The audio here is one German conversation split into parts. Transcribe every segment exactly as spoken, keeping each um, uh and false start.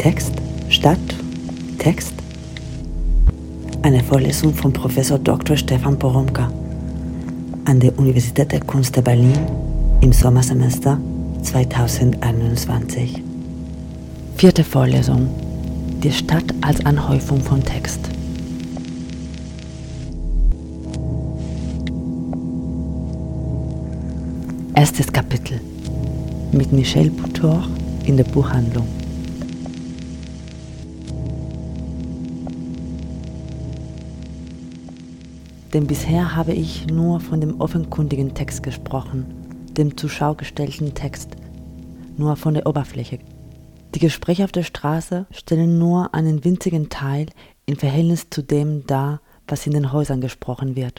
Text, Stadt, Text. Eine Vorlesung von Professor Doktor Stefan Poromka an der Universität der Kunst der Berlin im Sommersemester zweitausendeinundzwanzig. Vierte Vorlesung. Die Stadt als Anhäufung von Text. Erstes Kapitel. Mit Michel Butor in der Buchhandlung. Denn bisher habe ich nur von dem offenkundigen Text gesprochen, dem zur Schau gestellten Text, nur von der Oberfläche. Die Gespräche auf der Straße stellen nur einen winzigen Teil im Verhältnis zu dem dar, was in den Häusern gesprochen wird.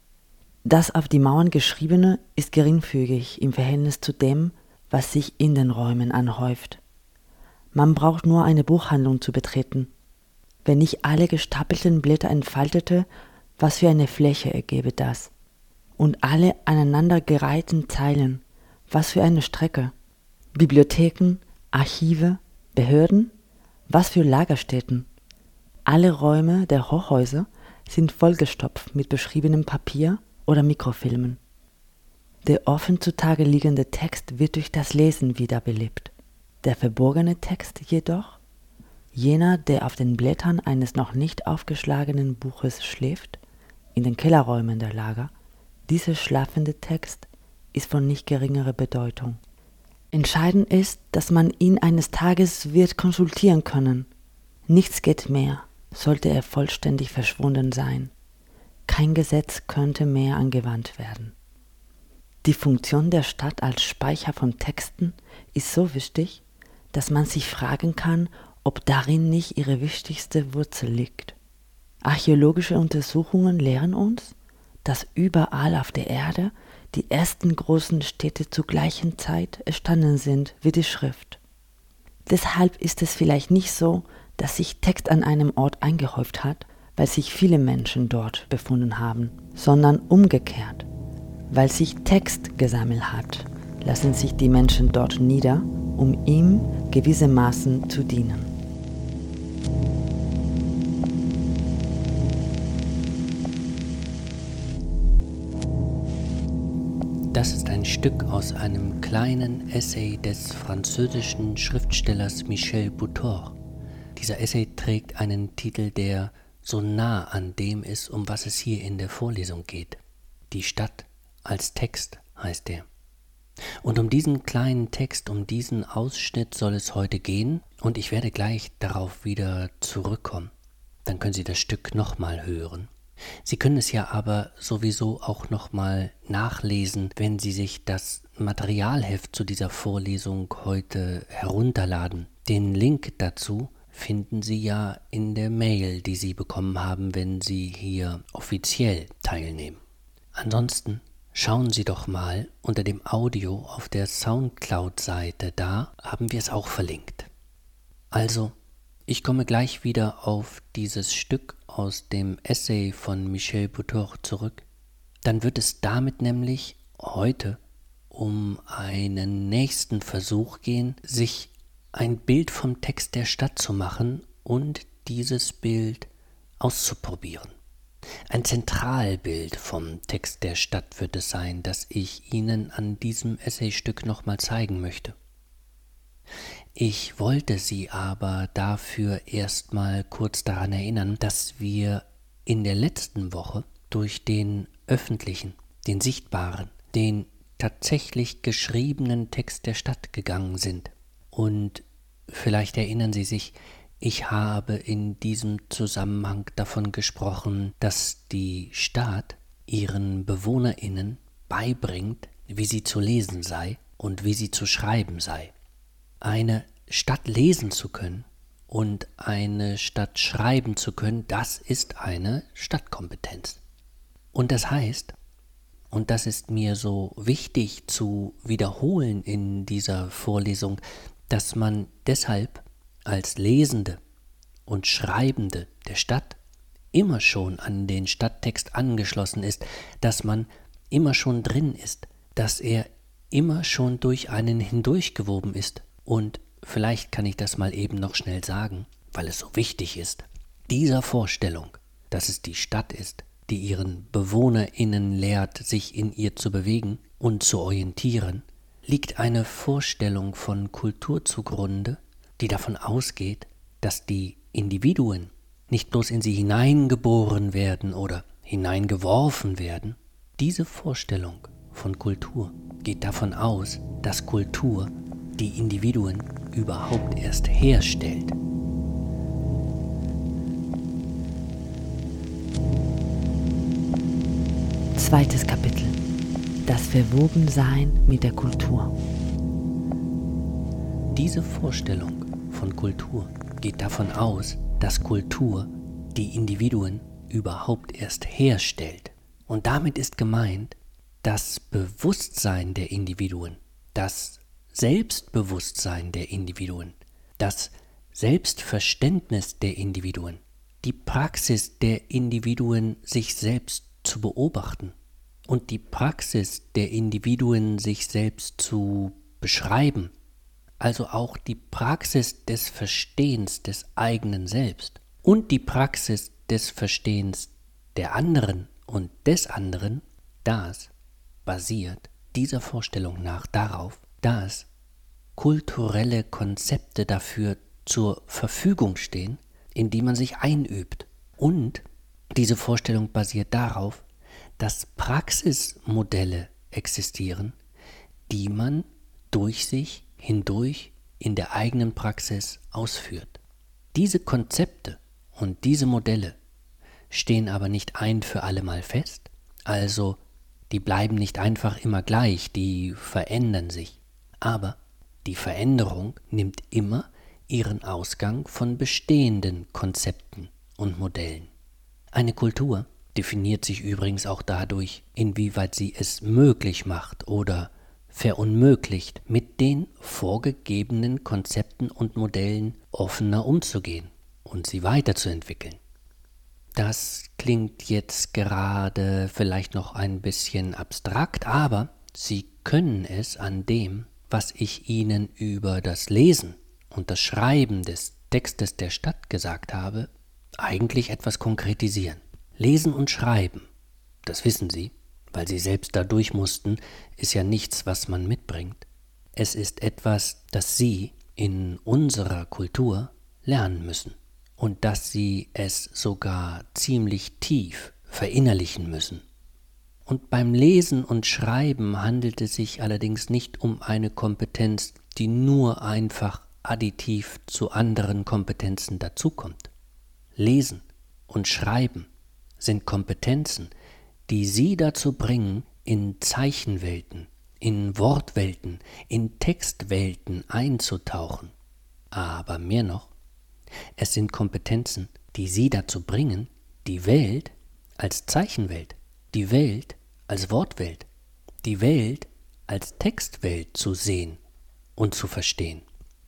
Das auf die Mauern Geschriebene ist geringfügig im Verhältnis zu dem, was sich in den Räumen anhäuft. Man braucht nur eine Buchhandlung zu betreten. Wenn ich alle gestapelten Blätter entfaltete, was für eine Fläche ergäbe das? Und alle aneinandergereihten Zeilen, was für eine Strecke? Bibliotheken, Archive, Behörden, was für Lagerstätten? Alle Räume der Hochhäuser sind vollgestopft mit beschriebenem Papier oder Mikrofilmen. Der offen zutage liegende Text wird durch das Lesen wiederbelebt. Der verborgene Text jedoch, jener, der auf den Blättern eines noch nicht aufgeschlagenen Buches schläft, in den Kellerräumen der Lager, dieser schlafende Text ist von nicht geringerer Bedeutung. Entscheidend ist, dass man ihn eines Tages wird konsultieren können. Nichts geht mehr, sollte er vollständig verschwunden sein. Kein Gesetz könnte mehr angewandt werden. Die Funktion der Stadt als Speicher von Texten ist so wichtig, dass man sich fragen kann, ob darin nicht ihre wichtigste Wurzel liegt. Archäologische Untersuchungen lehren uns, dass überall auf der Erde die ersten großen Städte zur gleichen Zeit entstanden sind wie die Schrift. Deshalb ist es vielleicht nicht so, dass sich Text an einem Ort eingehäuft hat, weil sich viele Menschen dort befunden haben, sondern umgekehrt. Weil sich Text gesammelt hat, lassen sich die Menschen dort nieder, um ihm gewissermaßen zu dienen. Das ist ein Stück aus einem kleinen Essay des französischen Schriftstellers Michel Butor. Dieser Essay trägt einen Titel, der so nah an dem ist, um was es hier in der Vorlesung geht. Die Stadt als Text heißt er. Und um diesen kleinen Text, um diesen Ausschnitt soll es heute gehen und ich werde gleich darauf wieder zurückkommen. Dann können Sie das Stück nochmal hören. Sie können es ja aber sowieso auch nochmal nachlesen, wenn Sie sich das Materialheft zu dieser Vorlesung heute herunterladen. Den Link dazu finden Sie ja in der Mail, die Sie bekommen haben, wenn Sie hier offiziell teilnehmen. Ansonsten schauen Sie doch mal unter dem Audio auf der Soundcloud-Seite, da haben wir es auch verlinkt. Also, ich komme gleich wieder auf dieses Stück aus dem Essay von Michel Butor zurück. Dann wird es damit nämlich heute um einen nächsten Versuch gehen, sich ein Bild vom Text der Stadt zu machen und dieses Bild auszuprobieren. Ein Zentralbild vom Text der Stadt wird es sein, das ich Ihnen an diesem Essaystück nochmal zeigen möchte. Ich wollte Sie aber dafür erstmal kurz daran erinnern, dass wir in der letzten Woche durch den öffentlichen, den sichtbaren, den tatsächlich geschriebenen Text der Stadt gegangen sind. Und vielleicht erinnern Sie sich, ich habe in diesem Zusammenhang davon gesprochen, dass die Stadt ihren BewohnerInnen beibringt, wie sie zu lesen sei und wie sie zu schreiben sei. Eine Stadt lesen zu können und eine Stadt schreiben zu können, das ist eine Stadtkompetenz. Und das heißt, und das ist mir so wichtig zu wiederholen in dieser Vorlesung, dass man deshalb als Lesende und Schreibende der Stadt immer schon an den Stadttext angeschlossen ist, dass man immer schon drin ist, dass er immer schon durch einen hindurchgewoben ist und vielleicht kann ich das mal eben noch schnell sagen, weil es so wichtig ist. Dieser Vorstellung, dass es die Stadt ist, die ihren BewohnerInnen lehrt, sich in ihr zu bewegen und zu orientieren, liegt eine Vorstellung von Kultur zugrunde, die davon ausgeht, dass die Individuen nicht bloß in sie hineingeboren werden oder hineingeworfen werden. Diese Vorstellung von Kultur geht davon aus, dass Kultur die Individuen überhaupt erst herstellt. Zweites Kapitel. Das Verwobensein mit der Kultur. Diese Vorstellung von Kultur geht davon aus, dass Kultur die Individuen überhaupt erst herstellt. Und damit ist gemeint, das Bewusstsein der Individuen, das Selbstbewusstsein der Individuen, das Selbstverständnis der Individuen, die Praxis der Individuen, sich selbst zu beobachten und die Praxis der Individuen, sich selbst zu beschreiben, also auch die Praxis des Verstehens des eigenen Selbst und die Praxis des Verstehens der anderen und des anderen, das basiert dieser Vorstellung nach darauf, dass kulturelle Konzepte dafür zur Verfügung stehen, in die man sich einübt. Und diese Vorstellung basiert darauf, dass Praxismodelle existieren, die man durch sich hindurch in der eigenen Praxis ausführt. Diese Konzepte und diese Modelle stehen aber nicht ein für alle Mal fest, also die bleiben nicht einfach immer gleich, die verändern sich. Aber die Veränderung nimmt immer ihren Ausgang von bestehenden Konzepten und Modellen. Eine Kultur definiert sich übrigens auch dadurch, inwieweit sie es möglich macht oder verunmöglicht, mit den vorgegebenen Konzepten und Modellen offener umzugehen und sie weiterzuentwickeln. Das klingt jetzt gerade vielleicht noch ein bisschen abstrakt, aber Sie können es an dem, was ich Ihnen über das Lesen und das Schreiben des Textes der Stadt gesagt habe, eigentlich etwas konkretisieren. Lesen und Schreiben, das wissen Sie, weil Sie selbst da durch mussten, ist ja nichts, was man mitbringt. Es ist etwas, das Sie in unserer Kultur lernen müssen und dass Sie es sogar ziemlich tief verinnerlichen müssen. Und beim Lesen und Schreiben handelt es sich allerdings nicht um eine Kompetenz, die nur einfach additiv zu anderen Kompetenzen dazukommt. Lesen und Schreiben sind Kompetenzen, die Sie dazu bringen, in Zeichenwelten, in Wortwelten, in Textwelten einzutauchen. Aber mehr noch, es sind Kompetenzen, die Sie dazu bringen, die Welt als Zeichenwelt, die Welt als Wortwelt, die Welt als Textwelt zu sehen und zu verstehen.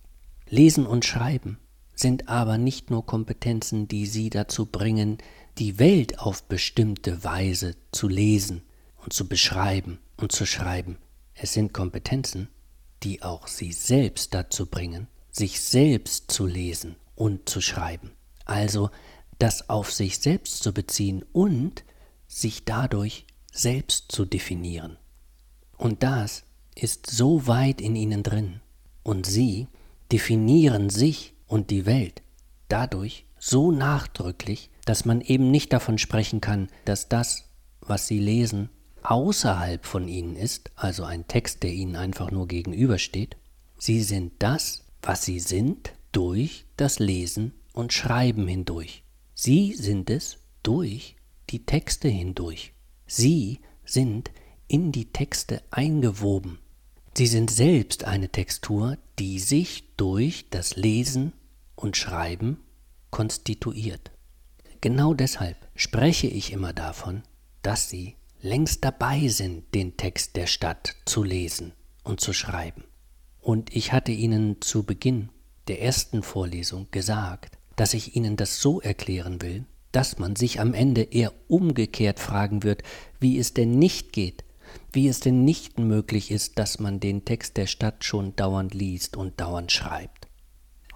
Lesen und Schreiben sind aber nicht nur Kompetenzen, die Sie dazu bringen, die Welt auf bestimmte Weise zu lesen und zu beschreiben und zu schreiben. Es sind Kompetenzen, die auch Sie selbst dazu bringen, sich selbst zu lesen und zu schreiben. Also das auf sich selbst zu beziehen und sich dadurch selbst zu definieren. Und das ist so weit in Ihnen drin. Und Sie definieren sich und die Welt dadurch so nachdrücklich, dass man eben nicht davon sprechen kann, dass das, was Sie lesen, außerhalb von Ihnen ist, also ein Text, der Ihnen einfach nur gegenübersteht. Sie sind das, was Sie sind, durch das Lesen und Schreiben hindurch. Sie sind es durch die Texte hindurch. Sie sind in die Texte eingewoben. Sie sind selbst eine Textur, die sich durch das Lesen und Schreiben konstituiert. Genau deshalb spreche ich immer davon, dass Sie längst dabei sind, den Text der Stadt zu lesen und zu schreiben. Und ich hatte Ihnen zu Beginn der ersten Vorlesung gesagt, dass ich Ihnen das so erklären will, dass man sich am Ende eher umgekehrt fragen wird, wie es denn nicht geht, wie es denn nicht möglich ist, dass man den Text der Stadt schon dauernd liest und dauernd schreibt.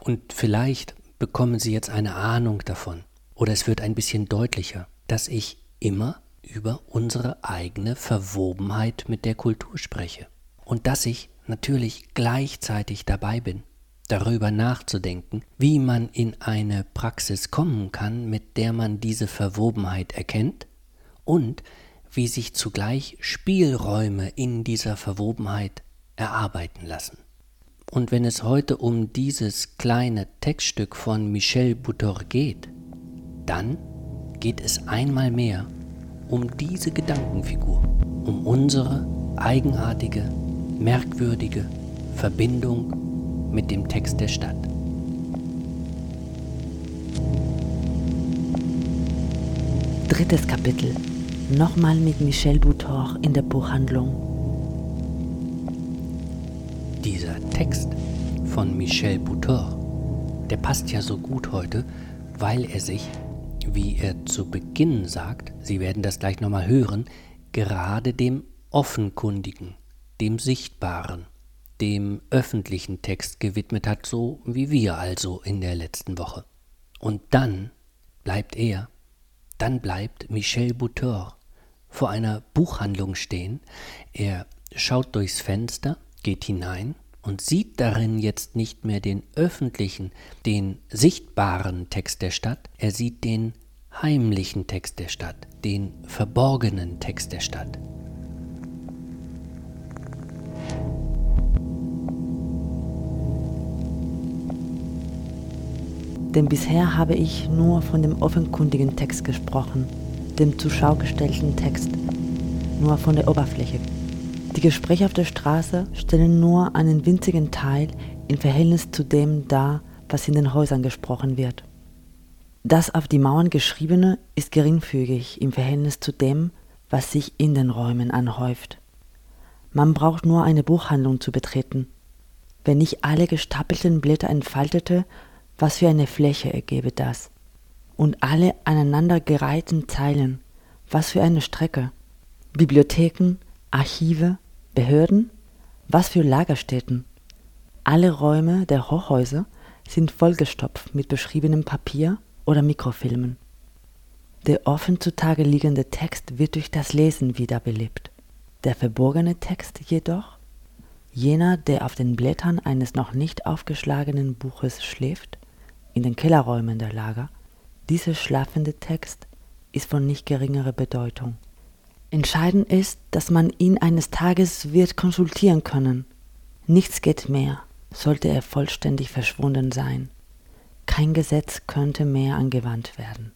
Und vielleicht bekommen Sie jetzt eine Ahnung davon, oder es wird ein bisschen deutlicher, dass ich immer über unsere eigene Verwobenheit mit der Kultur spreche. Und dass ich natürlich gleichzeitig dabei bin, darüber nachzudenken, wie man in eine Praxis kommen kann, mit der man diese Verwobenheit erkennt und wie sich zugleich Spielräume in dieser Verwobenheit erarbeiten lassen. Und wenn es heute um dieses kleine Textstück von Michel Butor geht, dann geht es einmal mehr um diese Gedankenfigur, um unsere eigenartige, merkwürdige Verbindung mit dem Text der Stadt. Drittes Kapitel. Nochmal mit Michel Butor in der Buchhandlung. Dieser Text von Michel Butor, der passt ja so gut heute, weil er sich, wie er zu Beginn sagt, Sie werden das gleich nochmal hören, gerade dem Offenkundigen, dem Sichtbaren, dem öffentlichen Text gewidmet hat, so wie wir also in der letzten Woche. Und dann bleibt er, dann bleibt Michel Butor vor einer Buchhandlung stehen. Er schaut durchs Fenster, geht hinein und sieht darin jetzt nicht mehr den öffentlichen, den sichtbaren Text der Stadt, er sieht den heimlichen Text der Stadt, den verborgenen Text der Stadt. Denn bisher habe ich nur von dem offenkundigen Text gesprochen, dem zur Schau gestellten Text, nur von der Oberfläche. Die Gespräche auf der Straße stellen nur einen winzigen Teil im Verhältnis zu dem dar, was in den Häusern gesprochen wird. Das auf die Mauern Geschriebene ist geringfügig im Verhältnis zu dem, was sich in den Räumen anhäuft. Man braucht nur eine Buchhandlung zu betreten. Wenn ich alle gestapelten Blätter entfaltete, was für eine Fläche ergebe das? Und alle aneinandergereihten Zeilen, was für eine Strecke? Bibliotheken, Archive, Behörden, was für Lagerstätten? Alle Räume der Hochhäuser sind vollgestopft mit beschriebenem Papier oder Mikrofilmen. Der offen zutage liegende Text wird durch das Lesen wiederbelebt. Der verborgene Text jedoch, jener, der auf den Blättern eines noch nicht aufgeschlagenen Buches schläft, in den Kellerräumen der Lager, dieser schlafende Text ist von nicht geringerer Bedeutung. Entscheidend ist, dass man ihn eines Tages wird konsultieren können. Nichts geht mehr, sollte er vollständig verschwunden sein. Kein Gesetz könnte mehr angewandt werden.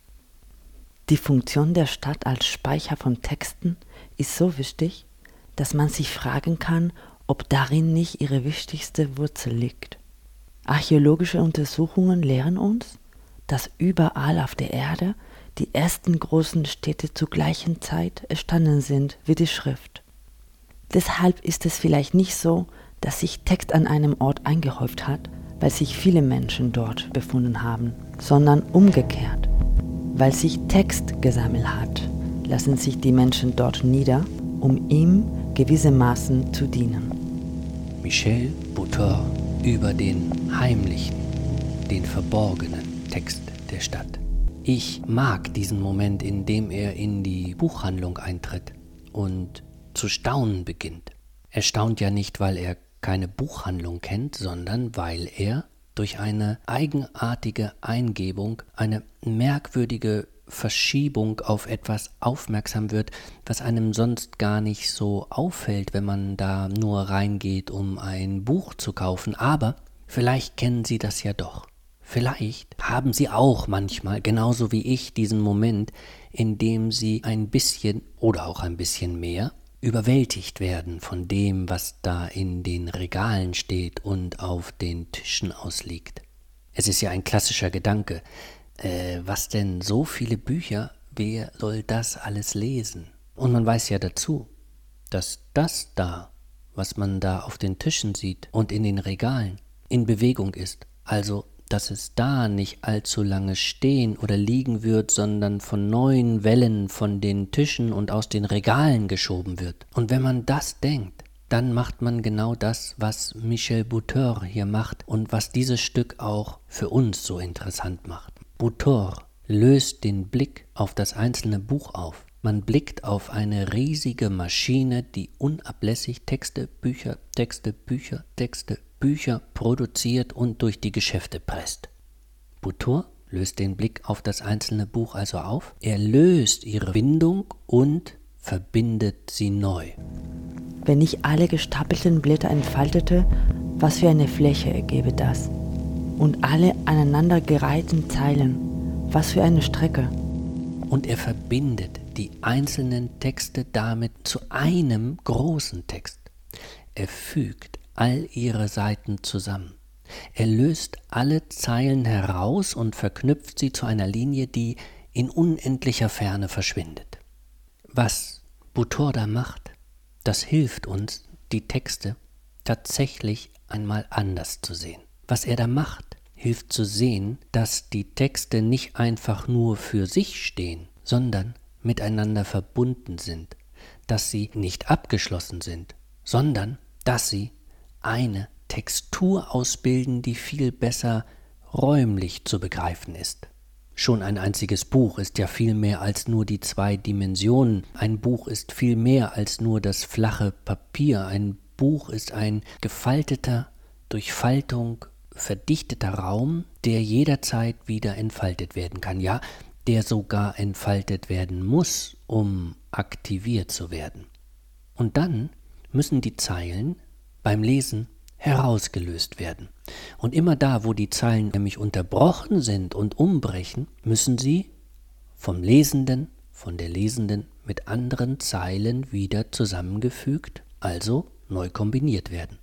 Die Funktion der Stadt als Speicher von Texten ist so wichtig, dass man sich fragen kann, ob darin nicht ihre wichtigste Wurzel liegt. Archäologische Untersuchungen lehren uns, dass überall auf der Erde die ersten großen Städte zur gleichen Zeit entstanden sind wie die Schrift. Deshalb ist es vielleicht nicht so, dass sich Text an einem Ort eingehäuft hat, weil sich viele Menschen dort befunden haben, sondern umgekehrt. Weil sich Text gesammelt hat, lassen sich die Menschen dort nieder, um ihm gewissermaßen zu dienen. Michel Butor über den heimlichen, den verborgenen Text der Stadt. Ich mag diesen Moment, in dem er in die Buchhandlung eintritt und zu staunen beginnt. Er staunt ja nicht, weil er keine Buchhandlung kennt, sondern weil er durch eine eigenartige Eingebung, eine merkwürdige Verschiebung auf etwas aufmerksam wird, was einem sonst gar nicht so auffällt, wenn man da nur reingeht, um ein Buch zu kaufen. Aber vielleicht kennen Sie das ja doch. Vielleicht haben Sie auch manchmal, genauso wie ich, diesen Moment, in dem Sie ein bisschen oder auch ein bisschen mehr überwältigt werden von dem, was da in den Regalen steht und auf den Tischen ausliegt. Es ist ja ein klassischer Gedanke. Äh, was denn, so viele Bücher, wer soll das alles lesen? Und man weiß ja dazu, dass das da, was man da auf den Tischen sieht und in den Regalen, in Bewegung ist. Also, dass es da nicht allzu lange stehen oder liegen wird, sondern von neuen Wellen von den Tischen und aus den Regalen geschoben wird. Und wenn man das denkt, dann macht man genau das, was Michel Butor hier macht und was dieses Stück auch für uns so interessant macht. Butor löst den Blick auf das einzelne Buch auf. Man blickt auf eine riesige Maschine, die unablässig Texte, Bücher, Texte, Bücher, Texte, Bücher produziert und durch die Geschäfte presst. Butor löst den Blick auf das einzelne Buch also auf. Er löst ihre Bindung und verbindet sie neu. Wenn ich alle gestapelten Blätter entfaltete, was für eine Fläche ergebe das? Und alle aneinandergereihten Zeilen, was für eine Strecke? Und er verbindet die einzelnen Texte damit zu einem großen Text. Er fügt all ihre Seiten zusammen. Er löst alle Zeilen heraus und verknüpft sie zu einer Linie, die in unendlicher Ferne verschwindet. Was Butor da macht, das hilft uns, die Texte tatsächlich einmal anders zu sehen. Was er da macht, hilft zu sehen, dass die Texte nicht einfach nur für sich stehen, sondern miteinander verbunden sind, dass sie nicht abgeschlossen sind, sondern dass sie eine Textur ausbilden, die viel besser räumlich zu begreifen ist. Schon ein einziges Buch ist ja viel mehr als nur die zwei Dimensionen. Ein Buch ist viel mehr als nur das flache Papier. Ein Buch ist ein gefalteter, durch Faltung verdichteter Raum, der jederzeit wieder entfaltet werden kann. Ja, der sogar entfaltet werden muss, um aktiviert zu werden. Und dann müssen die Zeilen beim Lesen herausgelöst werden. Und immer da, wo die Zeilen nämlich unterbrochen sind und umbrechen, müssen sie vom Lesenden, von der Lesenden mit anderen Zeilen wieder zusammengefügt, also neu kombiniert werden.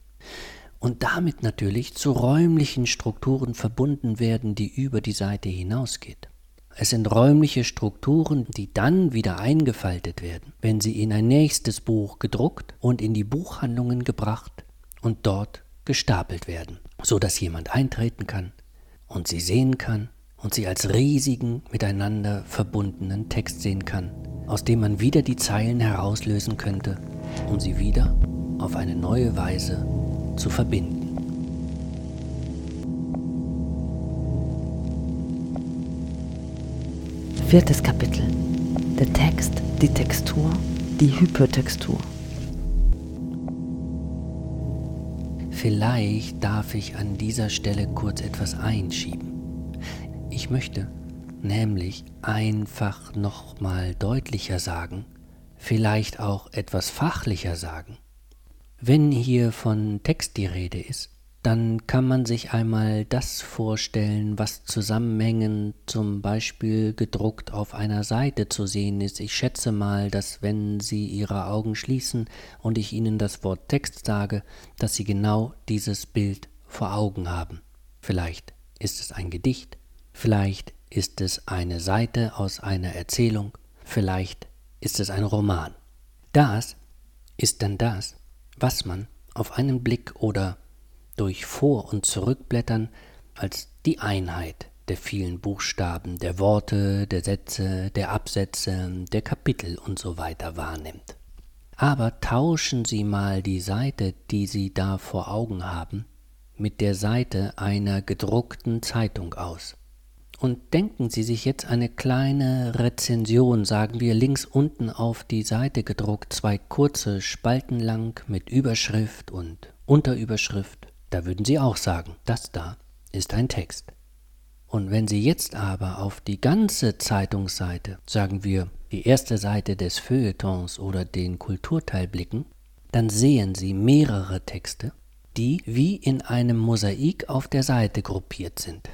Und damit natürlich zu räumlichen Strukturen verbunden werden, die über die Seite hinausgeht. Es sind räumliche Strukturen, die dann wieder eingefaltet werden, wenn sie in ein nächstes Buch gedruckt und in die Buchhandlungen gebracht und dort gestapelt werden, so dass jemand eintreten kann und sie sehen kann und sie als riesigen, miteinander verbundenen Text sehen kann, aus dem man wieder die Zeilen herauslösen könnte, um sie wieder auf eine neue Weise zu verbinden. Viertes Kapitel. Der Text, die Textur, die Hypertextur. Vielleicht darf ich an dieser Stelle kurz etwas einschieben. Ich möchte nämlich einfach nochmal deutlicher sagen, vielleicht auch etwas fachlicher sagen. Wenn hier von Text die Rede ist, dann kann man sich einmal das vorstellen, was zusammenhängend zum Beispiel gedruckt auf einer Seite zu sehen ist. Ich schätze mal, dass wenn Sie Ihre Augen schließen und ich Ihnen das Wort Text sage, dass Sie genau dieses Bild vor Augen haben. Vielleicht ist es ein Gedicht, vielleicht ist es eine Seite aus einer Erzählung, vielleicht ist es ein Roman. Das ist dann das, was man auf einen Blick oder durch Vor- und Zurückblättern als die Einheit der vielen Buchstaben, der Worte, der Sätze, der Absätze, der Kapitel und so weiter wahrnimmt. Aber tauschen Sie mal die Seite, die Sie da vor Augen haben, mit der Seite einer gedruckten Zeitung aus. Und denken Sie sich jetzt eine kleine Rezension, sagen wir links unten auf die Seite gedruckt, zwei kurze Spalten lang mit Überschrift und Unterüberschrift. Da würden Sie auch sagen, das da ist ein Text. Und wenn Sie jetzt aber auf die ganze Zeitungsseite, sagen wir die erste Seite des Feuilletons oder den Kulturteil blicken, dann sehen Sie mehrere Texte, die wie in einem Mosaik auf der Seite gruppiert sind.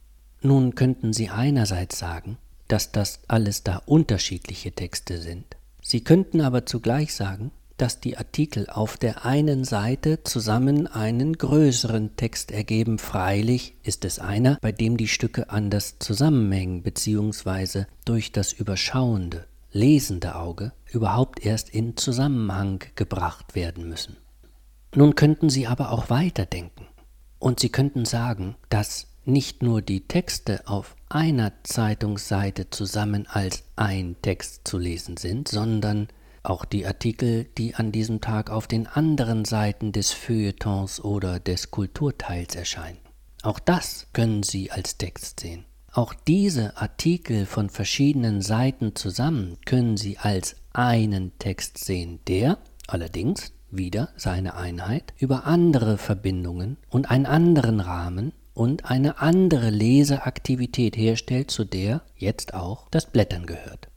Nun könnten Sie einerseits sagen, dass das alles da unterschiedliche Texte sind. Sie könnten aber zugleich sagen, dass die Artikel auf der einen Seite zusammen einen größeren Text ergeben. Freilich ist es einer, bei dem die Stücke anders zusammenhängen bzw. durch das überschauende, lesende Auge überhaupt erst in Zusammenhang gebracht werden müssen. Nun könnten Sie aber auch weiterdenken und Sie könnten sagen, dass nicht nur die Texte auf einer Zeitungsseite zusammen als ein Text zu lesen sind, sondern auch die Artikel, die an diesem Tag auf den anderen Seiten des Feuilletons oder des Kulturteils erscheinen. Auch das können Sie als Text sehen. Auch diese Artikel von verschiedenen Seiten zusammen können Sie als einen Text sehen, der allerdings wieder seine Einheit über andere Verbindungen und einen anderen Rahmen und eine andere Leseaktivität herstellt, zu der jetzt auch das Blättern gehört.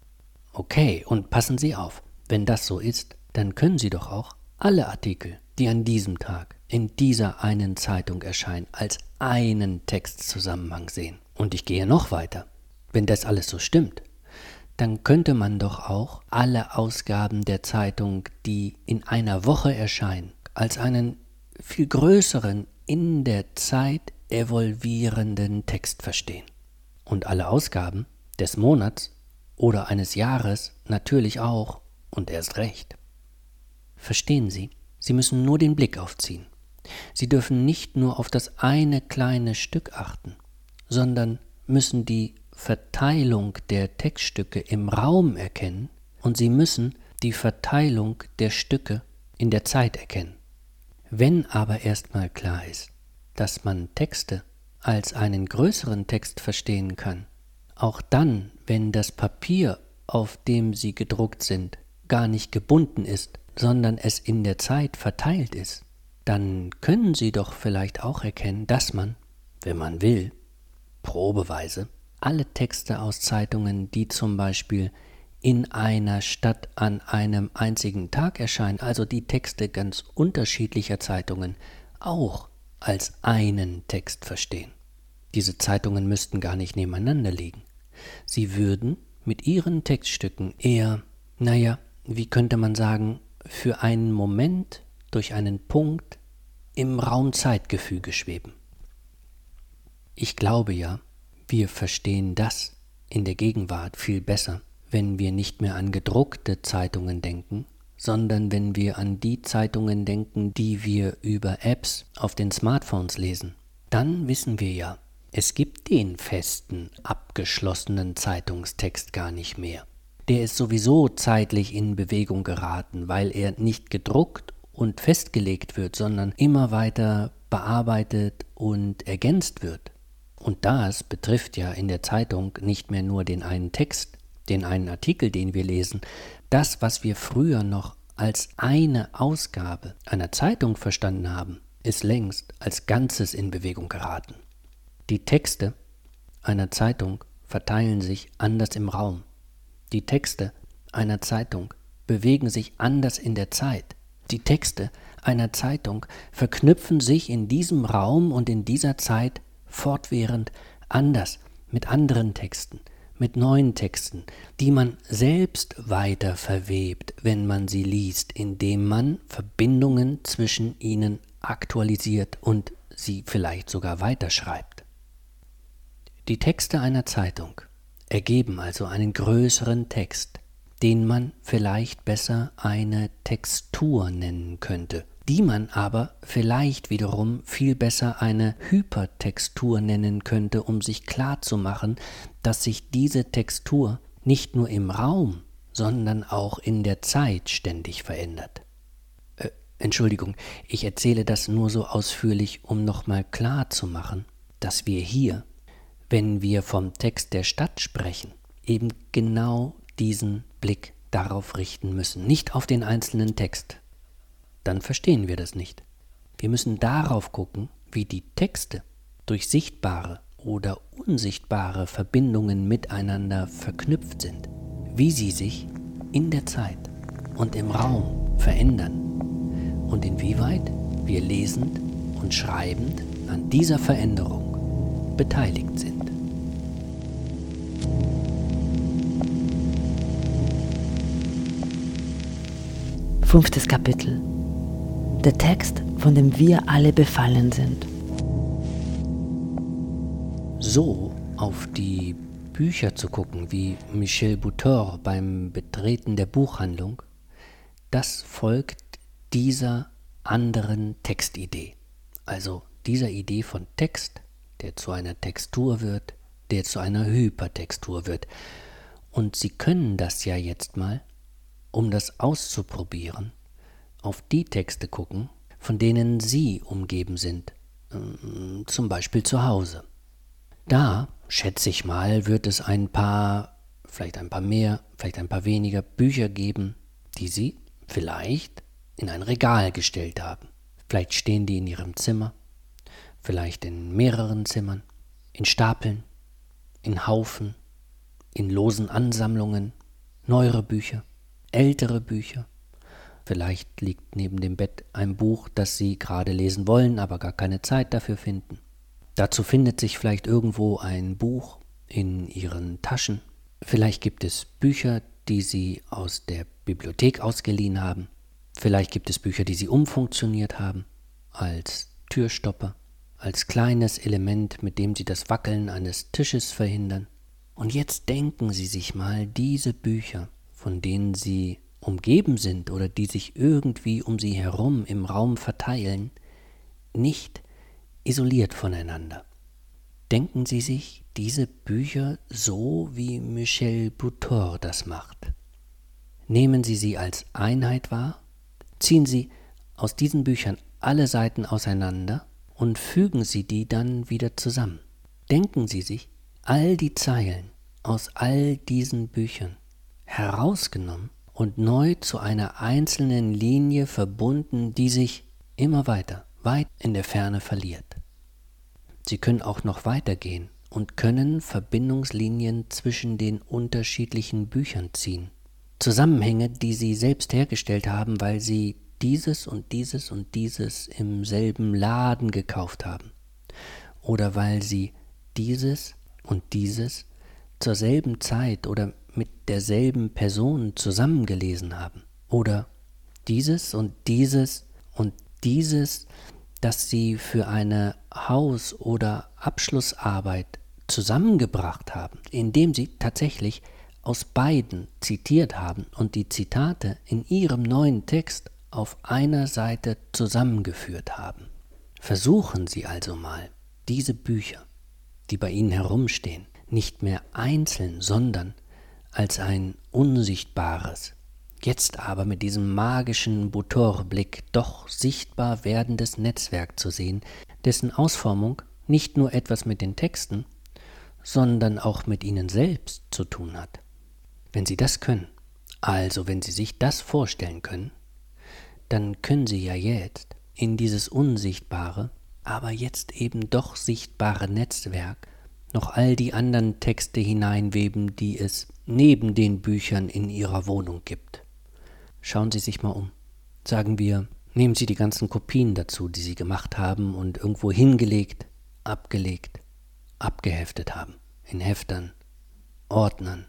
Okay, und passen Sie auf, wenn das so ist, dann können Sie doch auch alle Artikel, die an diesem Tag in dieser einen Zeitung erscheinen, als einen Textzusammenhang sehen. Und ich gehe noch weiter. Wenn das alles so stimmt, dann könnte man doch auch alle Ausgaben der Zeitung, die in einer Woche erscheinen, als einen viel größeren, in der Zeit evolvierenden Text verstehen. Und alle Ausgaben des Monats oder eines Jahres natürlich auch und erst recht. Verstehen Sie? Sie müssen nur den Blick aufziehen. Sie dürfen nicht nur auf das eine kleine Stück achten, sondern müssen die Verteilung der Textstücke im Raum erkennen und Sie müssen die Verteilung der Stücke in der Zeit erkennen. Wenn aber erstmal klar ist, dass man Texte als einen größeren Text verstehen kann, auch dann, wenn das Papier, auf dem sie gedruckt sind, gar nicht gebunden ist, sondern es in der Zeit verteilt ist, dann können Sie doch vielleicht auch erkennen, dass man, wenn man will, probeweise, alle Texte aus Zeitungen, die zum Beispiel in einer Stadt an einem einzigen Tag erscheinen, also die Texte ganz unterschiedlicher Zeitungen, auch als einen Text verstehen. Diese Zeitungen müssten gar nicht nebeneinander liegen. Sie würden mit ihren Textstücken eher, naja, wie könnte man sagen, für einen Moment durch einen Punkt im Raum-Zeitgefüge schweben. Ich glaube ja, wir verstehen das in der Gegenwart viel besser, wenn wir nicht mehr an gedruckte Zeitungen denken, sondern wenn wir an die Zeitungen denken, die wir über Apps auf den Smartphones lesen. Dann wissen wir ja, es gibt den festen, abgeschlossenen Zeitungstext gar nicht mehr. Der ist sowieso zeitlich in Bewegung geraten, weil er nicht gedruckt und festgelegt wird, sondern immer weiter bearbeitet und ergänzt wird. Und das betrifft ja in der Zeitung nicht mehr nur den einen Text, den einen Artikel, den wir lesen. Das, was wir früher noch als eine Ausgabe einer Zeitung verstanden haben, ist längst als Ganzes in Bewegung geraten. Die Texte einer Zeitung verteilen sich anders im Raum. Die Texte einer Zeitung bewegen sich anders in der Zeit. Die Texte einer Zeitung verknüpfen sich in diesem Raum und in dieser Zeit fortwährend anders mit anderen Texten, mit neuen Texten, die man selbst weiter verwebt, wenn man sie liest, indem man Verbindungen zwischen ihnen aktualisiert und sie vielleicht sogar weiterschreibt. Die Texte einer Zeitung ergeben also einen größeren Text, den man vielleicht besser eine Textur nennen könnte, die man aber vielleicht wiederum viel besser eine Hypertextur nennen könnte, um sich klarzumachen, dass sich diese Textur nicht nur im Raum, sondern auch in der Zeit ständig verändert. Äh, Entschuldigung, ich erzähle das nur so ausführlich, um nochmal klarzumachen, dass wir hier, wenn wir vom Text der Stadt sprechen, eben genau diesen Blick darauf richten müssen, nicht auf den einzelnen Text. Dann verstehen wir das nicht. Wir müssen darauf gucken, wie die Texte durch sichtbare oder unsichtbare Verbindungen miteinander verknüpft sind, wie sie sich in der Zeit und im Raum verändern und inwieweit wir lesend und schreibend an dieser Veränderung beteiligt sind. Fünftes Kapitel. Der Text, von dem wir alle befallen sind. So auf die Bücher zu gucken, wie Michel Butor beim Betreten der Buchhandlung, das folgt dieser anderen Textidee. Also dieser Idee von Text, der zu einer Textur wird, der zu einer Hypertextur wird. Und Sie können das ja jetzt mal um das auszuprobieren, auf die Texte gucken, von denen Sie umgeben sind, zum Beispiel zu Hause. Da, schätze ich mal, wird es ein paar, vielleicht ein paar mehr, vielleicht ein paar weniger Bücher geben, die Sie vielleicht in ein Regal gestellt haben. Vielleicht stehen die in Ihrem Zimmer, vielleicht in mehreren Zimmern, in Stapeln, in Haufen, in losen Ansammlungen, neuere Bücher, ältere Bücher. Vielleicht liegt neben dem Bett ein Buch, das Sie gerade lesen wollen, aber gar keine Zeit dafür finden. Dazu findet sich vielleicht irgendwo ein Buch in Ihren Taschen. Vielleicht gibt es Bücher, die Sie aus der Bibliothek ausgeliehen haben. Vielleicht gibt es Bücher, die Sie umfunktioniert haben, als Türstopper, als kleines Element, mit dem Sie das Wackeln eines Tisches verhindern. Und jetzt denken Sie sich mal diese Bücher, von denen Sie umgeben sind oder die sich irgendwie um Sie herum im Raum verteilen, nicht isoliert voneinander. Denken Sie sich diese Bücher so, wie Michel Butor das macht. Nehmen Sie sie als Einheit wahr, ziehen Sie aus diesen Büchern alle Seiten auseinander und fügen Sie die dann wieder zusammen. Denken Sie sich all die Zeilen aus all diesen Büchern herausgenommen und neu zu einer einzelnen Linie verbunden, die sich immer weiter, weit in der Ferne verliert. Sie können auch noch weitergehen und können Verbindungslinien zwischen den unterschiedlichen Büchern ziehen. Zusammenhänge, die Sie selbst hergestellt haben, weil Sie dieses und dieses und dieses im selben Laden gekauft haben. Oder weil Sie dieses und dieses zur selben Zeit oder mit derselben Person zusammengelesen haben. Oder dieses und dieses und dieses, das Sie für eine Haus- oder Abschlussarbeit zusammengebracht haben, indem Sie tatsächlich aus beiden zitiert haben und die Zitate in Ihrem neuen Text auf einer Seite zusammengeführt haben. Versuchen Sie also mal, diese Bücher, die bei Ihnen herumstehen, nicht mehr einzeln, sondern als ein unsichtbares, jetzt aber mit diesem magischen Butor-Blick doch sichtbar werdendes Netzwerk zu sehen, dessen Ausformung nicht nur etwas mit den Texten, sondern auch mit Ihnen selbst zu tun hat. Wenn Sie das können, also wenn Sie sich das vorstellen können, dann können Sie ja jetzt in dieses unsichtbare, aber jetzt eben doch sichtbare Netzwerk noch all die anderen Texte hineinweben, die es neben den Büchern in Ihrer Wohnung gibt. Schauen Sie sich mal um. Sagen wir, nehmen Sie die ganzen Kopien dazu, die Sie gemacht haben und irgendwo hingelegt, abgelegt, abgeheftet haben. In Heftern, Ordnern,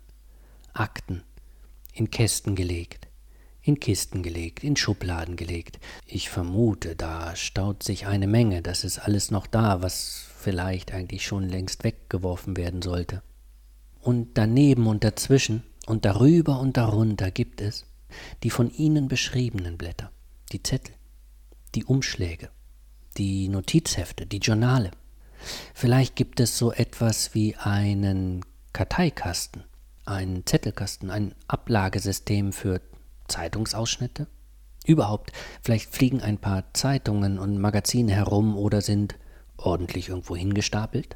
Akten, in Kästen gelegt, in Kisten gelegt, in Schubladen gelegt. Ich vermute, da staut sich eine Menge, das ist alles noch da, was vielleicht eigentlich schon längst weggeworfen werden sollte. Und daneben und dazwischen und darüber und darunter gibt es die von Ihnen beschriebenen Blätter, die Zettel, die Umschläge, die Notizhefte, die Journale. Vielleicht gibt es so etwas wie einen Karteikasten, einen Zettelkasten, ein Ablagesystem für Zeitungsausschnitte. Überhaupt, vielleicht fliegen ein paar Zeitungen und Magazine herum oder sind ordentlich irgendwo hingestapelt.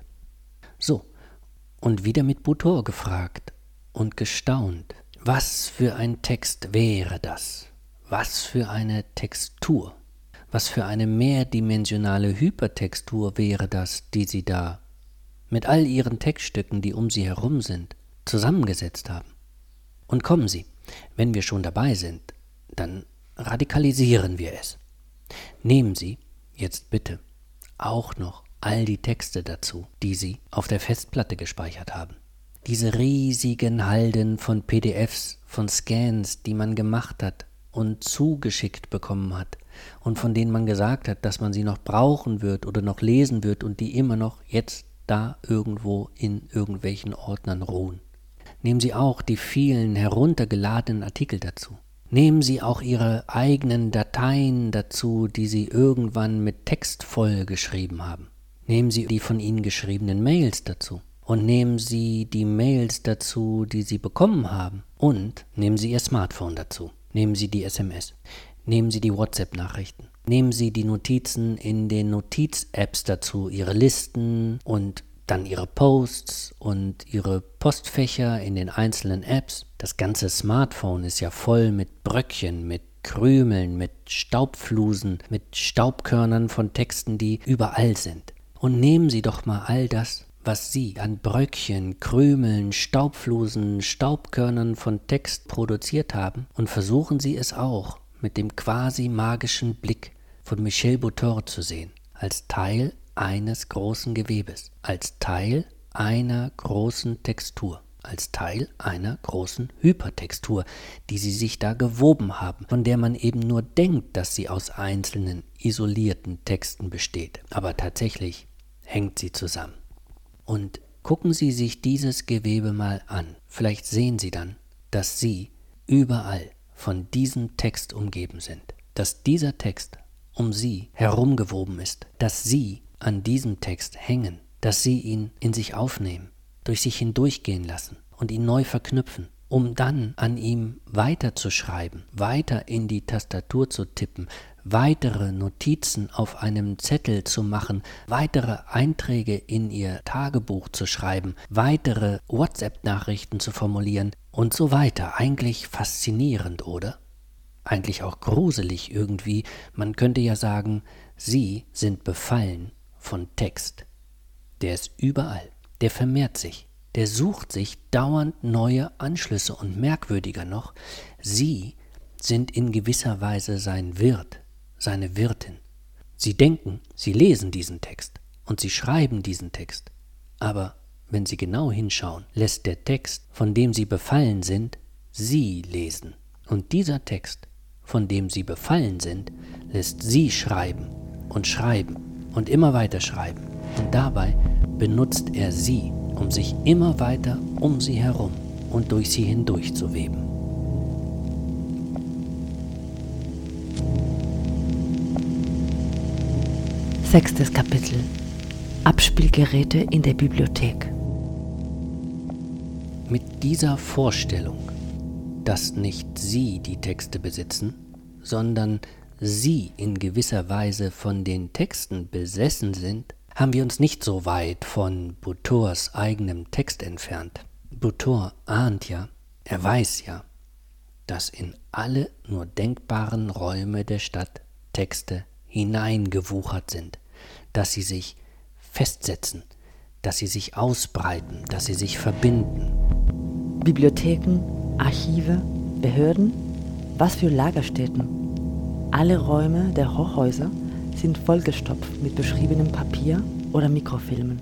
So, und wieder mit Butor gefragt und gestaunt. Was für ein Text wäre das? Was für eine Textur? Was für eine mehrdimensionale Hypertextur wäre das, die Sie da mit all Ihren Textstücken, die um Sie herum sind, zusammengesetzt haben? Und kommen Sie, wenn wir schon dabei sind, dann radikalisieren wir es. Nehmen Sie jetzt bitte auch noch all die Texte dazu, die Sie auf der Festplatte gespeichert haben. Diese riesigen Halden von P D Fs, von Scans, die man gemacht hat und zugeschickt bekommen hat und von denen man gesagt hat, dass man sie noch brauchen wird oder noch lesen wird und die immer noch jetzt da irgendwo in irgendwelchen Ordnern ruhen. Nehmen Sie auch die vielen heruntergeladenen Artikel dazu. Nehmen Sie auch Ihre eigenen Dateien dazu, die Sie irgendwann mit Text voll geschrieben haben. Nehmen Sie die von Ihnen geschriebenen Mails dazu. und nehmen Sie die Mails dazu, die Sie bekommen haben, und nehmen Sie Ihr Smartphone dazu. Nehmen Sie die S M S. Nehmen Sie die WhatsApp-Nachrichten. Nehmen Sie die Notizen in den Notiz-Apps dazu, Ihre Listen und dann Ihre Posts und Ihre Postfächer in den einzelnen Apps. Das ganze Smartphone ist ja voll mit Bröckchen, mit Krümeln, mit Staubflusen, mit Staubkörnern von Texten, die überall sind. Und nehmen Sie doch mal all das, was Sie an Bröckchen, Krümeln, Staubflusen, Staubkörnern von Text produziert haben, und versuchen Sie es auch mit dem quasi magischen Blick von Michel Butor zu sehen, als Teil eines großen Gewebes, als Teil einer großen Textur, als Teil einer großen Hypertextur, die Sie sich da gewoben haben, von der man eben nur denkt, dass sie aus einzelnen, isolierten Texten besteht. Aber tatsächlich hängt sie zusammen. Und gucken Sie sich dieses Gewebe mal an. Vielleicht sehen Sie dann, dass Sie überall von diesem Text umgeben sind. Dass dieser Text um Sie herumgewoben ist. Dass Sie an diesem Text hängen. Dass Sie ihn in sich aufnehmen, durch sich hindurchgehen lassen und ihn neu verknüpfen, um dann an ihm weiterzuschreiben, weiter in die Tastatur zu tippen, weitere Notizen auf einem Zettel zu machen, weitere Einträge in Ihr Tagebuch zu schreiben, weitere WhatsApp-Nachrichten zu formulieren und so weiter. Eigentlich faszinierend, oder? Eigentlich auch gruselig irgendwie. Man könnte ja sagen, Sie sind befallen von Text. Der ist überall, der vermehrt sich, der sucht sich dauernd neue Anschlüsse und merkwürdiger noch, Sie sind in gewisser Weise sein Wirt, seine Wirtin. Sie denken, Sie lesen diesen Text und Sie schreiben diesen Text, aber wenn Sie genau hinschauen, lässt der Text, von dem Sie befallen sind, Sie lesen. Und dieser Text, von dem Sie befallen sind, lässt Sie schreiben und schreiben und immer weiter schreiben. Und dabei benutzt er Sie, um sich immer weiter um Sie herum und durch Sie hindurch zu weben. Sechstes Kapitel. Abspielgeräte in der Bibliothek. Mit dieser Vorstellung, dass nicht Sie die Texte besitzen, sondern Sie in gewisser Weise von den Texten besessen sind, haben wir uns nicht so weit von Butors eigenem Text entfernt. Butor ahnt ja, er weiß ja, dass in alle nur denkbaren Räume der Stadt Texte hineingewuchert sind, dass sie sich festsetzen, dass sie sich ausbreiten, dass sie sich verbinden. Bibliotheken, Archive, Behörden, was für Lagerstätten. Alle Räume der Hochhäuser sind vollgestopft mit beschriebenem Papier oder Mikrofilmen.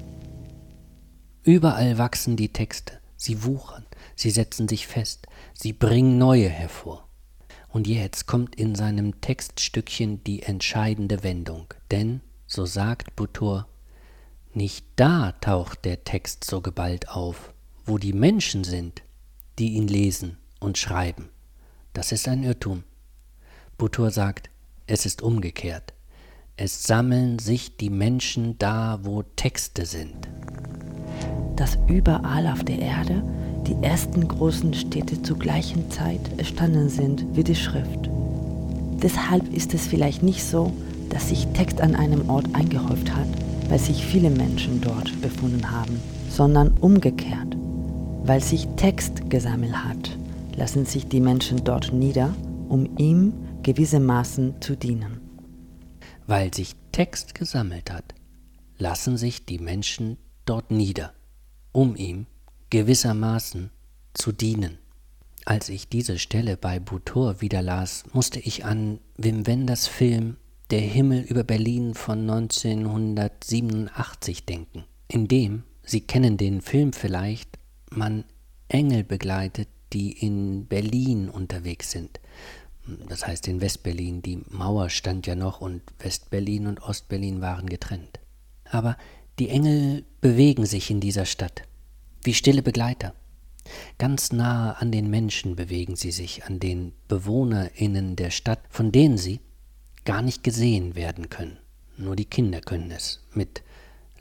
Überall wachsen die Texte, sie wuchern, sie setzen sich fest, sie bringen neue hervor. Und jetzt kommt in seinem Textstückchen die entscheidende Wendung, denn, so sagt Butor, nicht da taucht der Text so geballt auf, wo die Menschen sind, die ihn lesen und schreiben. Das ist ein Irrtum. Butor sagt, es ist umgekehrt. Es sammeln sich die Menschen da, wo Texte sind. Dass überall auf der Erde die ersten großen Städte zur gleichen Zeit entstanden sind wie die Schrift. Deshalb ist es vielleicht nicht so, dass sich Text an einem Ort eingehäuft hat, weil sich viele Menschen dort befunden haben, sondern umgekehrt. Weil sich Text gesammelt hat, lassen sich die Menschen dort nieder, um ihm gewissermaßen zu dienen. Weil sich Text gesammelt hat, lassen sich die Menschen dort nieder, um ihm gewissermaßen zu dienen. Als ich diese Stelle bei Butor wieder las, musste ich an Wim Wenders Film Der Himmel über Berlin von neunzehnhundertsiebenundachtzig denken, in dem, Sie kennen den Film vielleicht, man Engel begleitet, die in Berlin unterwegs sind. Das heißt in Westberlin, die Mauer stand ja noch und Westberlin und Ostberlin waren getrennt. Aber die Engel bewegen sich in dieser Stadt, wie stille Begleiter. Ganz nahe an den Menschen bewegen sie sich, an den BewohnerInnen der Stadt, von denen sie gar nicht gesehen werden können. Nur die Kinder können es mit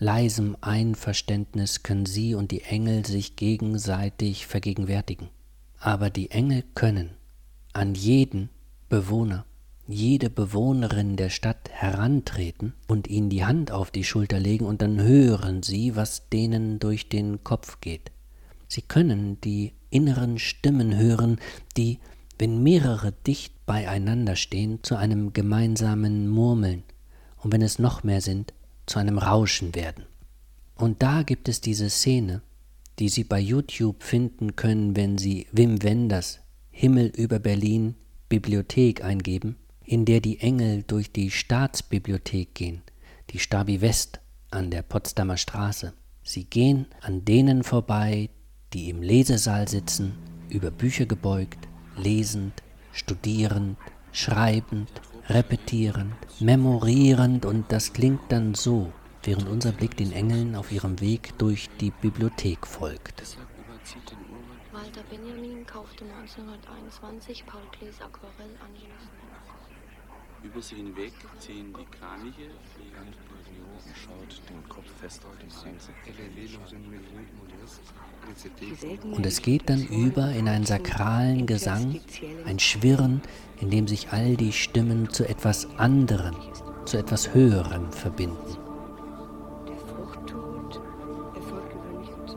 leisem Einverständnis können sie und die Engel sich gegenseitig vergegenwärtigen. Aber die Engel können an jeden Bewohner, jede Bewohnerin der Stadt herantreten und ihnen die Hand auf die Schulter legen, und dann hören sie, was denen durch den Kopf geht. Sie können die inneren Stimmen hören, die, wenn mehrere dicht beieinander stehen, zu einem gemeinsamen Murmeln, und wenn es noch mehr sind, zu einem Rauschen werden. Und da gibt es diese Szene, die Sie bei YouTube finden können, wenn Sie Wim Wenders Himmel über Berlin Bibliothek eingeben, in der die Engel durch die Staatsbibliothek gehen, die Stabi West an der Potsdamer Straße. Sie gehen an denen vorbei, die im Lesesaal sitzen, über Bücher gebeugt, lesend, studierend, schreibend, repetierend, memorierend, und das klingt dann so, während unser Blick den Engeln auf ihrem Weg durch die Bibliothek folgt. Walter Benjamin kaufte neunzehnhunderteinundzwanzig Paul Klees Aquarell anschließend. Über sie hinweg ziehen die Kraniche, fliegend durch die Rosen, schaut den Kopf fest auf den Einzel. Und es geht dann über in einen sakralen Gesang, ein Schwirren, in dem sich all die Stimmen zu etwas anderem, zu etwas Höherem verbinden. Der Fruchttod erfolgt über nicht und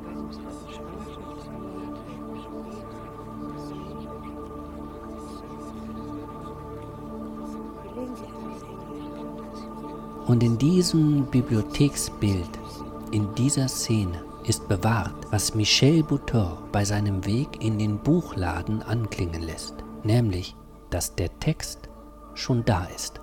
Und in diesem Bibliotheksbild, in dieser Szene, ist bewahrt, was Michel Butor bei seinem Weg in den Buchladen anklingen lässt, nämlich, dass der Text schon da ist,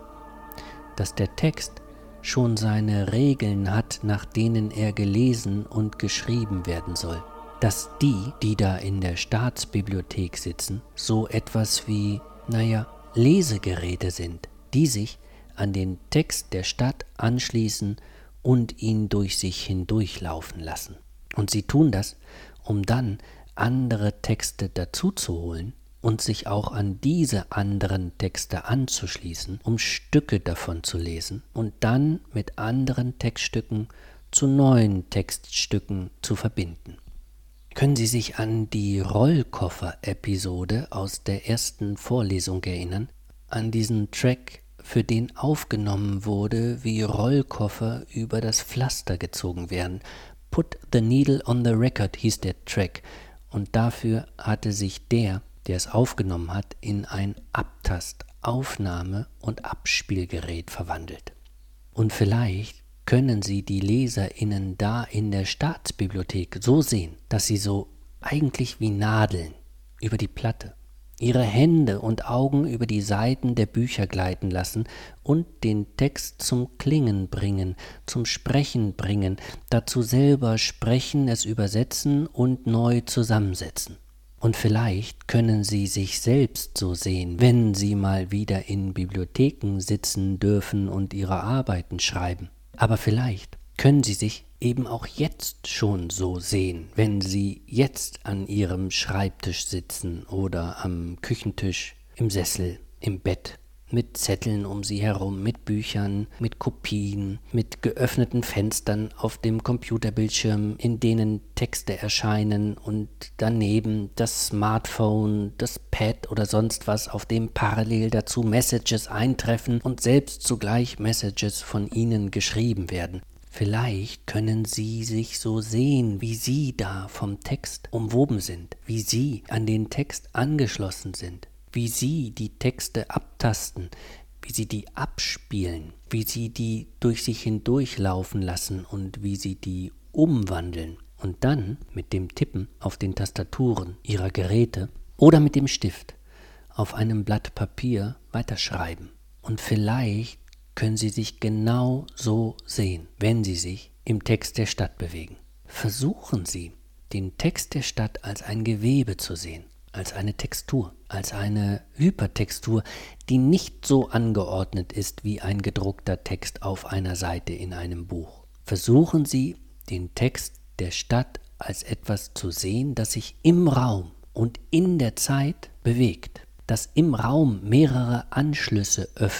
dass der Text schon seine Regeln hat, nach denen er gelesen und geschrieben werden soll, dass die, die da in der Staatsbibliothek sitzen, so etwas wie, naja, Lesegeräte sind, die sich an den Text der Stadt anschließen und ihn durch sich hindurchlaufen lassen. Und sie tun das, um dann andere Texte dazuzuholen und sich auch an diese anderen Texte anzuschließen, um Stücke davon zu lesen und dann mit anderen Textstücken zu neuen Textstücken zu verbinden. Können Sie sich an die Rollkoffer-Episode aus der ersten Vorlesung erinnern? An diesen Track, für den aufgenommen wurde, wie Rollkoffer über das Pflaster gezogen werden. Put the Needle on the Record hieß der Track, und dafür hatte sich der, der es aufgenommen hat, in ein Abtast-, Aufnahme- und Abspielgerät verwandelt. Und vielleicht können Sie die LeserInnen da in der Staatsbibliothek so sehen, dass sie so eigentlich wie Nadeln über die Platte ihre Hände und Augen über die Seiten der Bücher gleiten lassen und den Text zum Klingen bringen, zum Sprechen bringen, dazu selber sprechen, es übersetzen und neu zusammensetzen. Und vielleicht können Sie sich selbst so sehen, wenn Sie mal wieder in Bibliotheken sitzen dürfen und Ihre Arbeiten schreiben. Aber vielleicht können Sie sich eben auch jetzt schon so sehen, wenn Sie jetzt an Ihrem Schreibtisch sitzen oder am Küchentisch, im Sessel, im Bett, mit Zetteln um Sie herum, mit Büchern, mit Kopien, mit geöffneten Fenstern auf dem Computerbildschirm, in denen Texte erscheinen, und daneben das Smartphone, das Pad oder sonst was, auf dem parallel dazu Messages eintreffen und selbst zugleich Messages von Ihnen geschrieben werden. Vielleicht können Sie sich so sehen, wie Sie da vom Text umwoben sind, wie Sie an den Text angeschlossen sind, wie Sie die Texte abtasten, wie Sie die abspielen, wie Sie die durch sich hindurchlaufen lassen und wie Sie die umwandeln und dann mit dem Tippen auf den Tastaturen Ihrer Geräte oder mit dem Stift auf einem Blatt Papier weiterschreiben. Und vielleicht können Sie sich genau so sehen, wenn Sie sich im Text der Stadt bewegen. Versuchen Sie, den Text der Stadt als ein Gewebe zu sehen, als eine Textur, als eine Hypertextur, die nicht so angeordnet ist wie ein gedruckter Text auf einer Seite in einem Buch. Versuchen Sie, den Text der Stadt als etwas zu sehen, das sich im Raum und in der Zeit bewegt, das im Raum mehrere Anschlüsse öffnet,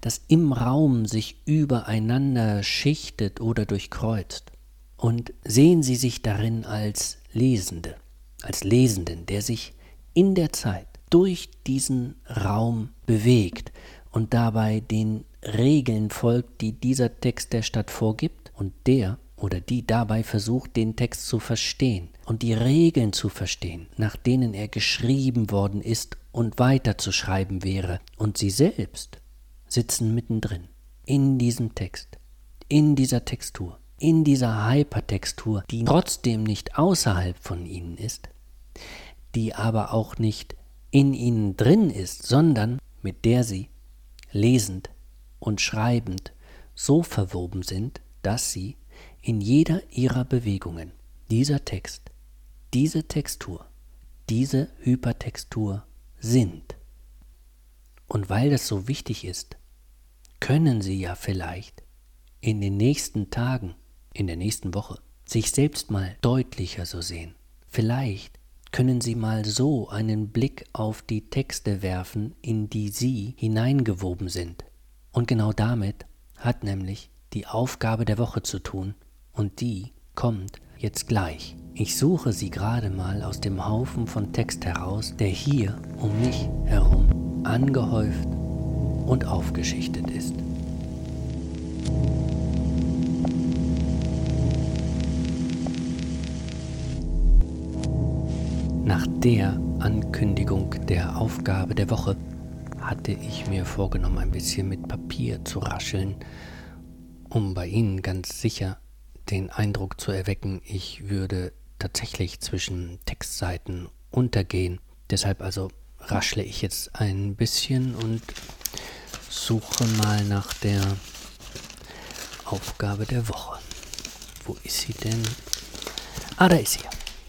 das im Raum sich übereinander schichtet oder durchkreuzt. Und sehen Sie sich darin als Lesende, als Lesenden, der sich in der Zeit durch diesen Raum bewegt und dabei den Regeln folgt, die dieser Text der Stadt vorgibt und der oder die dabei versucht, den Text zu verstehen und die Regeln zu verstehen, nach denen er geschrieben worden ist und weiterzuschreiben wäre. Und sie selbst sitzen mittendrin, in diesem Text, in dieser Textur, in dieser Hypertextur, die trotzdem nicht außerhalb von ihnen ist, die aber auch nicht in ihnen drin ist, sondern mit der sie lesend und schreibend so verwoben sind, dass sie in jeder ihrer Bewegungen dieser Text, diese Textur, diese Hypertextur sind. Und weil das so wichtig ist, können Sie ja vielleicht in den nächsten Tagen, in der nächsten Woche, sich selbst mal deutlicher so sehen. Vielleicht können Sie mal so einen Blick auf die Texte werfen, in die Sie hineingewoben sind. Und genau damit hat nämlich die Aufgabe der Woche zu tun, und die kommt jetzt gleich. Ich suche sie gerade mal aus dem Haufen von Text heraus, der hier um mich herum angehäuft und aufgeschichtet ist. Nach der Ankündigung der Aufgabe der Woche hatte ich mir vorgenommen, ein bisschen mit Papier zu rascheln, um bei Ihnen ganz sicher den Eindruck zu erwecken, ich würde tatsächlich zwischen Textseiten untergehen. Deshalb also raschle ich jetzt ein bisschen und suche mal nach der Aufgabe der Woche. Wo ist sie denn? Ah, da ist sie.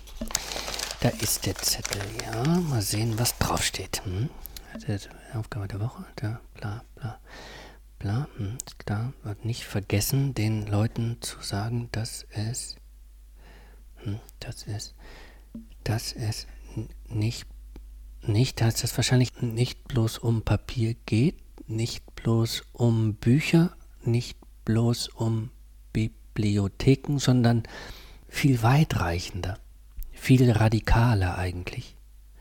Da ist der Zettel, ja. Mal sehen, was draufsteht. Hm? Aufgabe der Woche, da, bla, bla, bla. Hm, da wird nicht vergessen, den Leuten zu sagen, dass es, hm, dass es, dass es nicht, nicht, dass es wahrscheinlich nicht bloß um Papier geht, nicht bloß um Bücher, nicht bloß um Bibliotheken, sondern viel weitreichender, viel radikaler eigentlich.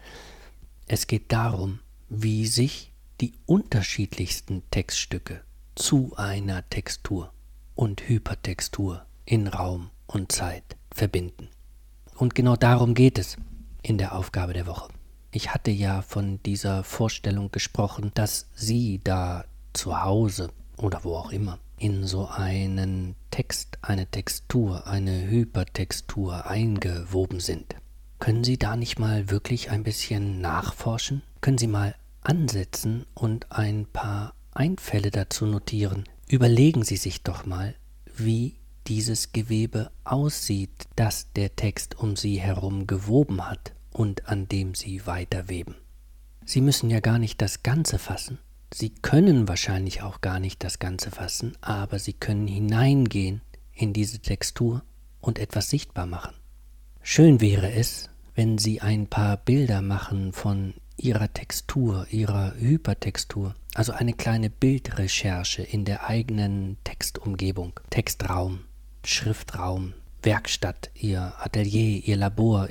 Es geht darum, wie sich die unterschiedlichsten Textstücke zu einer Textur und Hypertextur in Raum und Zeit verbinden. Und genau darum geht es in der Aufgabe der Woche. Ich hatte ja von dieser Vorstellung gesprochen, dass Sie da zu Hause oder wo auch immer in so einen Text, eine Textur, eine Hypertextur eingewoben sind. Können Sie da nicht mal wirklich ein bisschen nachforschen? Können Sie mal ansetzen und ein paar Einfälle dazu notieren? Überlegen Sie sich doch mal, wie dieses Gewebe aussieht, das der Text um Sie herum gewoben hat und an dem Sie weiterweben. Sie müssen ja gar nicht das Ganze fassen. Sie können wahrscheinlich auch gar nicht das Ganze fassen, aber Sie können hineingehen in diese Textur und etwas sichtbar machen. Schön wäre es, wenn Sie ein paar Bilder machen von Ihrer Textur, Ihrer Hypertextur, also eine kleine Bildrecherche in der eigenen Textumgebung, Textraum, Schriftraum, Werkstatt, Ihr Atelier, Ihr Labor,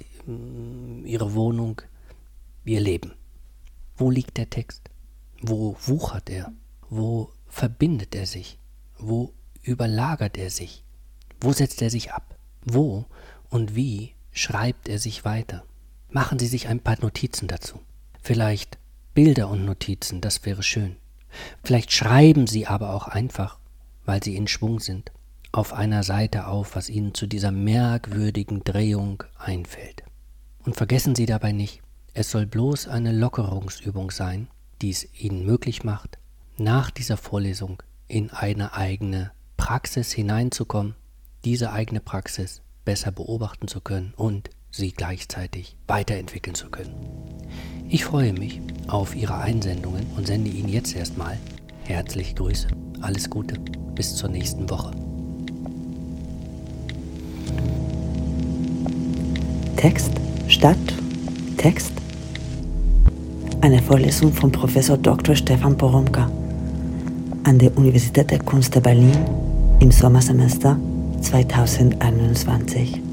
Ihre Wohnung, Ihr Leben. Wo liegt der Text? Wo wuchert er? Wo verbindet er sich? Wo überlagert er sich? Wo setzt er sich ab? Wo und wie schreibt er sich weiter? Machen Sie sich ein paar Notizen dazu. Vielleicht Bilder und Notizen, das wäre schön. Vielleicht schreiben Sie aber auch einfach, weil Sie in Schwung sind, auf einer Seite auf, was Ihnen zu dieser merkwürdigen Drehung einfällt. Und vergessen Sie dabei nicht, es soll bloß eine Lockerungsübung sein, die es Ihnen möglich macht, nach dieser Vorlesung in eine eigene Praxis hineinzukommen, diese eigene Praxis besser beobachten zu können und sie gleichzeitig weiterentwickeln zu können. Ich freue mich auf Ihre Einsendungen und sende Ihnen jetzt erstmal herzliche Grüße. Alles Gute, bis zur nächsten Woche. Text, Stadt, Text. Eine Vorlesung von Professor Doktor Stefan Poromka. an der Universität der Kunst Berlin im Sommersemester zweitausendeinundzwanzig.